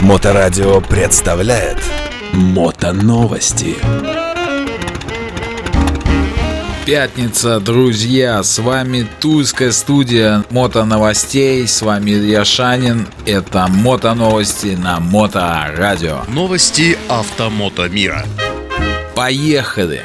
Моторадио представляет Мотоновости. Пятница, друзья, с вами Тульская студия Мотоновостей, с вами Илья Шанин, это Мотоновости на Моторадио. Новости автомото мира. Поехали.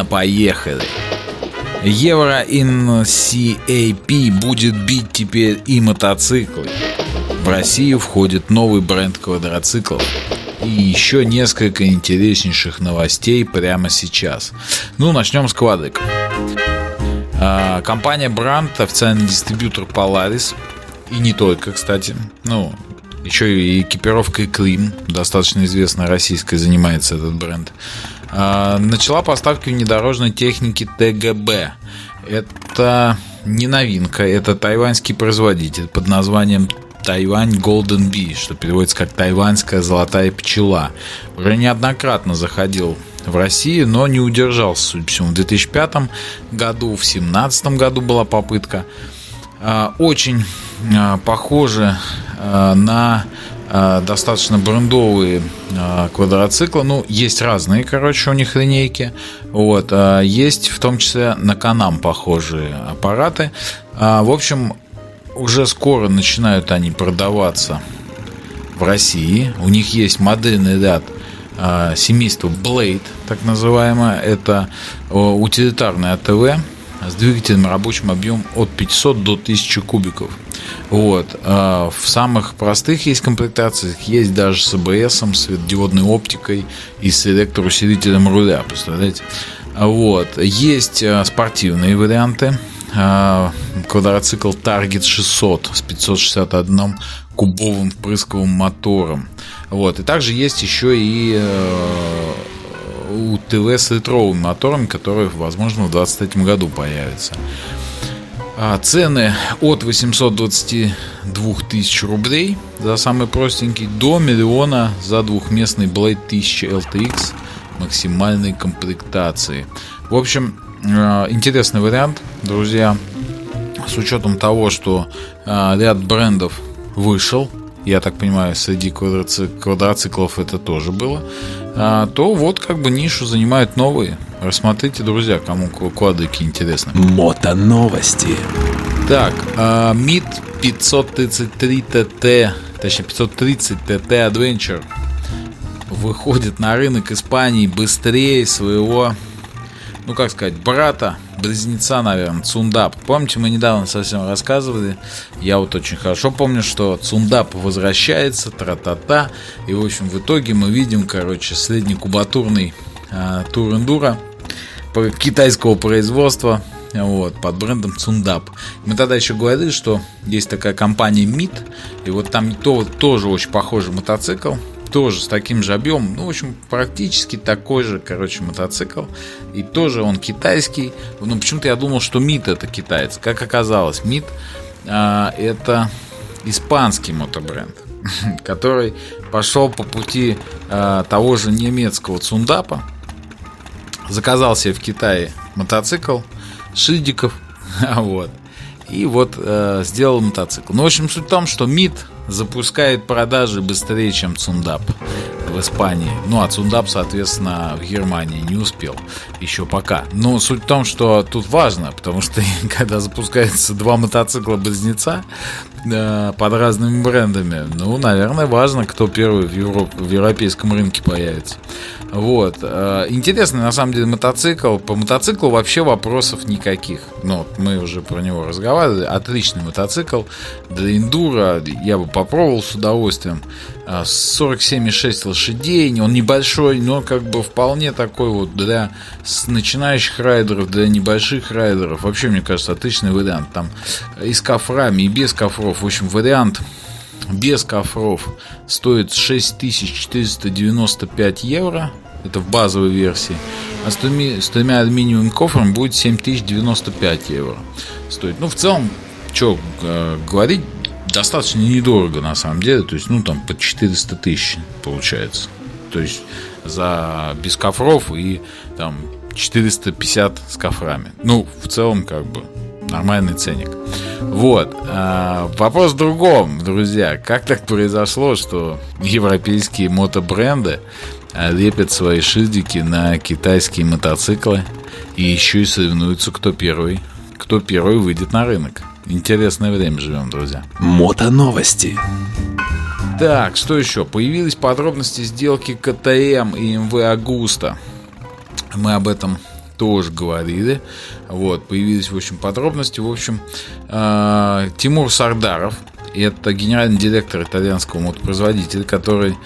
Euro NCAP будет бить теперь и мотоциклы. В Россию входит новый бренд квадроциклов. И еще несколько интереснейших новостей прямо сейчас. Начнем с квадриков. Компания Brand, официальный дистрибьютор Polaris. И не только, кстати. Еще и экипировкой Klim, достаточно известная российская, занимается этот бренд. Начала поставки внедорожной техники ТГБ. Это не новинка, это тайваньский производитель под названием Тайвань Golden Bee, что переводится как тайваньская золотая пчела. Уже неоднократно заходил в Россию, но не удержался, судя по всему, в 2005 году, в 2017 году была попытка. Очень похоже на достаточно брендовые квадроциклы. Есть разные, у них линейки. Есть в том числе на Can-Am похожие аппараты. В общем, уже скоро начинают они продаваться в России. У них есть модельный ряд семейства Blade, так называемое. Это утилитарное АТВ с двигателем рабочим объемом от 500 до 1000 кубиков. В самых простых есть комплектациях, есть даже с АБСом, светодиодной оптикой и с электроусилителем руля, представляете? Есть спортивные варианты. Квадроцикл Target 600 с 561 кубовым впрысковым мотором. И также есть еще и УТВ с литровым мотором, который, возможно, в 2023 году появится. Цены от 822 тысяч рублей за самый простенький до 1 миллиона за двухместный Blade 1000 LTX максимальной комплектации. В общем, интересный вариант, друзья. С учетом того, что ряд брендов вышел, я так понимаю, среди квадроциклов это тоже было, то нишу занимают новые. Рассмотрите, друзья, кому квадрики интересны. Мотоновости. Так, МИД 533 ТТ, точнее 530 ТТ Adventure выходит на рынок Испании быстрее своего, брата, близнеца, наверное, Цундап. Помните, мы недавно совсем рассказывали. Я очень хорошо помню, что Цундап возвращается, тра-та-та. И, в общем, в итоге мы видим, среднекубатурный тур-эндуро китайского производства, под брендом Цундап. Мы тогда еще говорили, что есть такая компания МИД, и там тоже очень похожий мотоцикл. Тоже с таким же объемом, практически такой же, мотоцикл. И тоже он китайский. Почему-то я думал, что МИД это китаец. Как оказалось, МИД это испанский мотобренд, который пошел по пути того же немецкого Цундапа. Заказал себе в Китае мотоцикл, шильдиков, и сделал мотоцикл. В общем, суть в том, что МИД запускает продажи быстрее, чем Цундап в Испании. А Цундап, соответственно, в Германии не успел еще пока. Но суть в том, что тут важно, потому что когда запускаются два мотоцикла-близнеца под разными брендами, наверное, важно, кто первый в европейском рынке появится. Интересный, на самом деле, мотоцикл. По мотоциклу вообще вопросов никаких. Мы уже про него разговаривали. Отличный мотоцикл для эндуро. Я бы попробовал с удовольствием. 47,6 лошадей. Он небольшой, но вполне такой для начинающих райдеров, для небольших райдеров. Вообще, мне кажется, отличный вариант. Там и с кофрами, и без кофров. В общем, вариант без кофров стоит 6495 евро. Это в базовой версии. А с тремя алюминиевыми кофрами будет 7095 евро стоить. В целом, что говорить, достаточно недорого на самом деле. То есть, под 400 тысяч получается. То есть, без кофров и 450 с кофрами. В целом, нормальный ценник. Вот. Вопрос в другом, друзья. Как так произошло, что европейские мотобренды лепят свои шильдики на китайские мотоциклы и еще и соревнуются, кто первый выйдет на рынок? Интересное время живем, друзья. Мотоновости. Так, что еще? Появились подробности сделки КТМ и МВ Агуста. Мы об этом тоже говорили. Вот, появились, в общем, подробности. В общем, Тимур Сардаров, это генеральный директор итальянского мотопроизводителя, который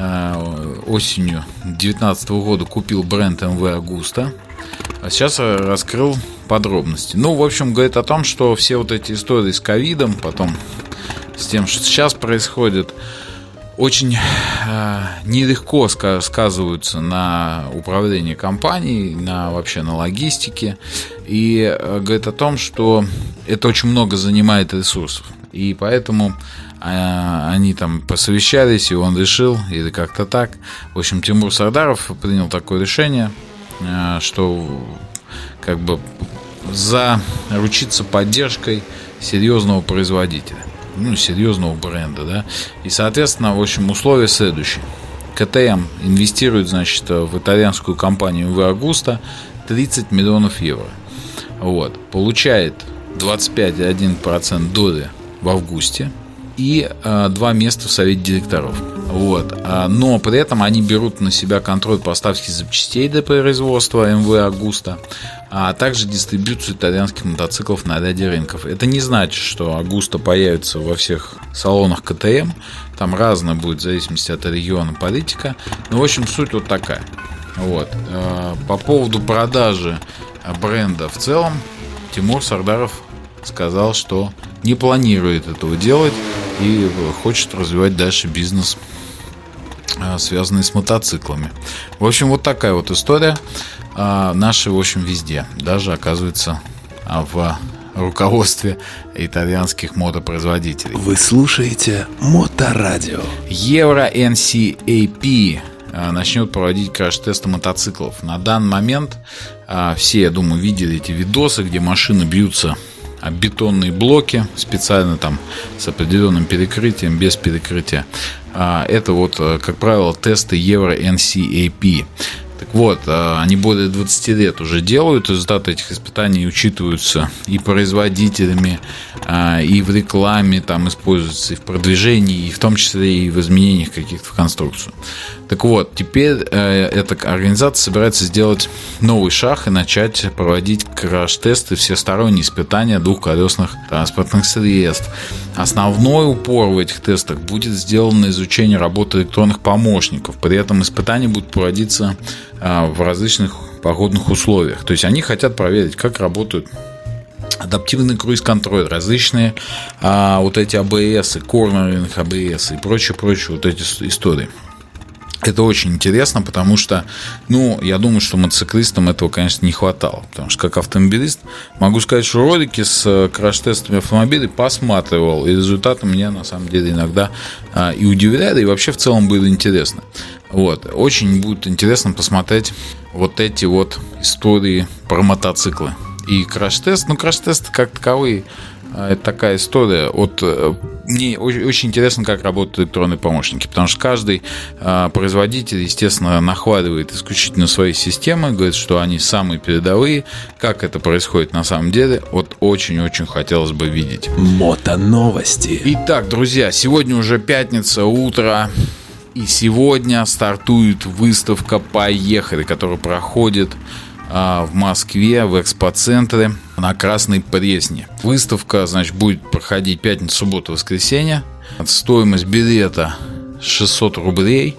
осенью 2019 года купил бренд МВ Агуста, а сейчас раскрыл подробности. Ну, в общем, говорит о том, что все вот эти истории с ковидом, потом с тем, что сейчас происходит, очень нелегко сказываются на управлении компанией, вообще на логистике. И говорит о том, что это очень много занимает ресурсов. И поэтому они там посовещались, и он решил, или как-то так. В общем, Тимур Сардаров принял такое решение, что как бы заручиться поддержкой серьезного производителя. Серьезного бренда, да. И, соответственно, в общем, условия следующие. КТМ инвестирует, значит, в итальянскую компанию МВ Агуста 30 миллионов евро. Вот. Получает 25,1% доли в Августе и 2 места в совете директоров. Вот. Но при этом они берут на себя контроль поставки запчастей для производства МВ Агуста, а также дистрибьюцию итальянских мотоциклов на ряде рынков. Это не значит, что Агуста появится во всех салонах КТМ. Там разное будет в зависимости от региона политика. Но, в общем, суть вот такая. Вот. По поводу продажи бренда в целом, Тимур Сардаров сказал, что не планирует этого делать и хочет развивать дальше бизнес, связанный с мотоциклами. В общем, вот такая вот история. Наши, в общем, везде. Даже, оказывается, в руководстве итальянских мотопроизводителей. Вы слушаете Моторадио. Euro NCAP начнет проводить краш-тесты мотоциклов. На данный момент все, я думаю, видели эти видосы, где машины бьются об бетонные блоки, специально там с определенным перекрытием, без перекрытия. Это вот, как правило, тесты Euro NCAP. Так вот, они более 20 лет уже делают. Результаты этих испытаний учитываются и производителями, и в рекламе, там используются и в продвижении, и в том числе и в изменениях каких-то в конструкцию. Так вот, теперь эта организация собирается сделать новый шаг и начать проводить краш-тесты, всесторонние испытания двухколесных транспортных средств. Основной упор в этих тестах будет сделан на изучение работы электронных помощников. При этом испытания будут проводиться в различных погодных условиях. То есть они хотят проверить, как работают адаптивный круиз-контроль, различные вот эти АБС, корнеринг АБС и прочее вот эти истории. Это очень интересно, потому что, я думаю, что мотоциклистам этого, конечно, не хватало. Потому что, как автомобилист, могу сказать, что ролики с краш-тестами автомобилей посматривал, и результаты меня, на самом деле, иногда и удивляли, и вообще в целом было интересно. Вот. Очень будет интересно посмотреть вот эти вот истории про мотоциклы. И краш-тест, краш-тесты как таковые, это такая история. Вот мне очень интересно, как работают электронные помощники, потому что каждый производитель, естественно, нахваливает исключительно свои системы, говорит, что они самые передовые. Как это происходит на самом деле, вот очень-очень хотелось бы видеть. Мотоновости. Итак, друзья, сегодня уже пятница, утро, и сегодня стартует выставка «Поехали», которая проходит в Москве, в экспоцентре на Красной Пресне. Выставка, значит, будет проходить пятницу, субботу, воскресенье. Стоимость билета 600 рублей.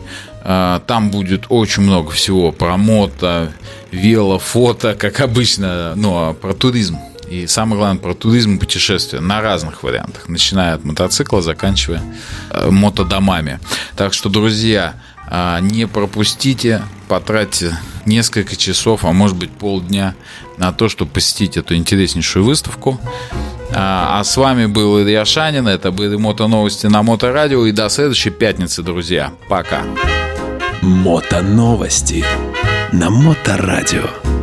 Там будет очень много всего про мото, вело, фото, как обычно, про туризм. И самое главное, про туризм и путешествия на разных вариантах, начиная от мотоцикла, заканчивая мотодомами. Так что, друзья, не пропустите, потратьте несколько часов, а может быть полдня на то, чтобы посетить эту интереснейшую выставку. А с вами был Илья Шанин, это были Мотоновости на Моторадио, и до следующей пятницы, друзья. Пока. Мотоновости на Моторадио.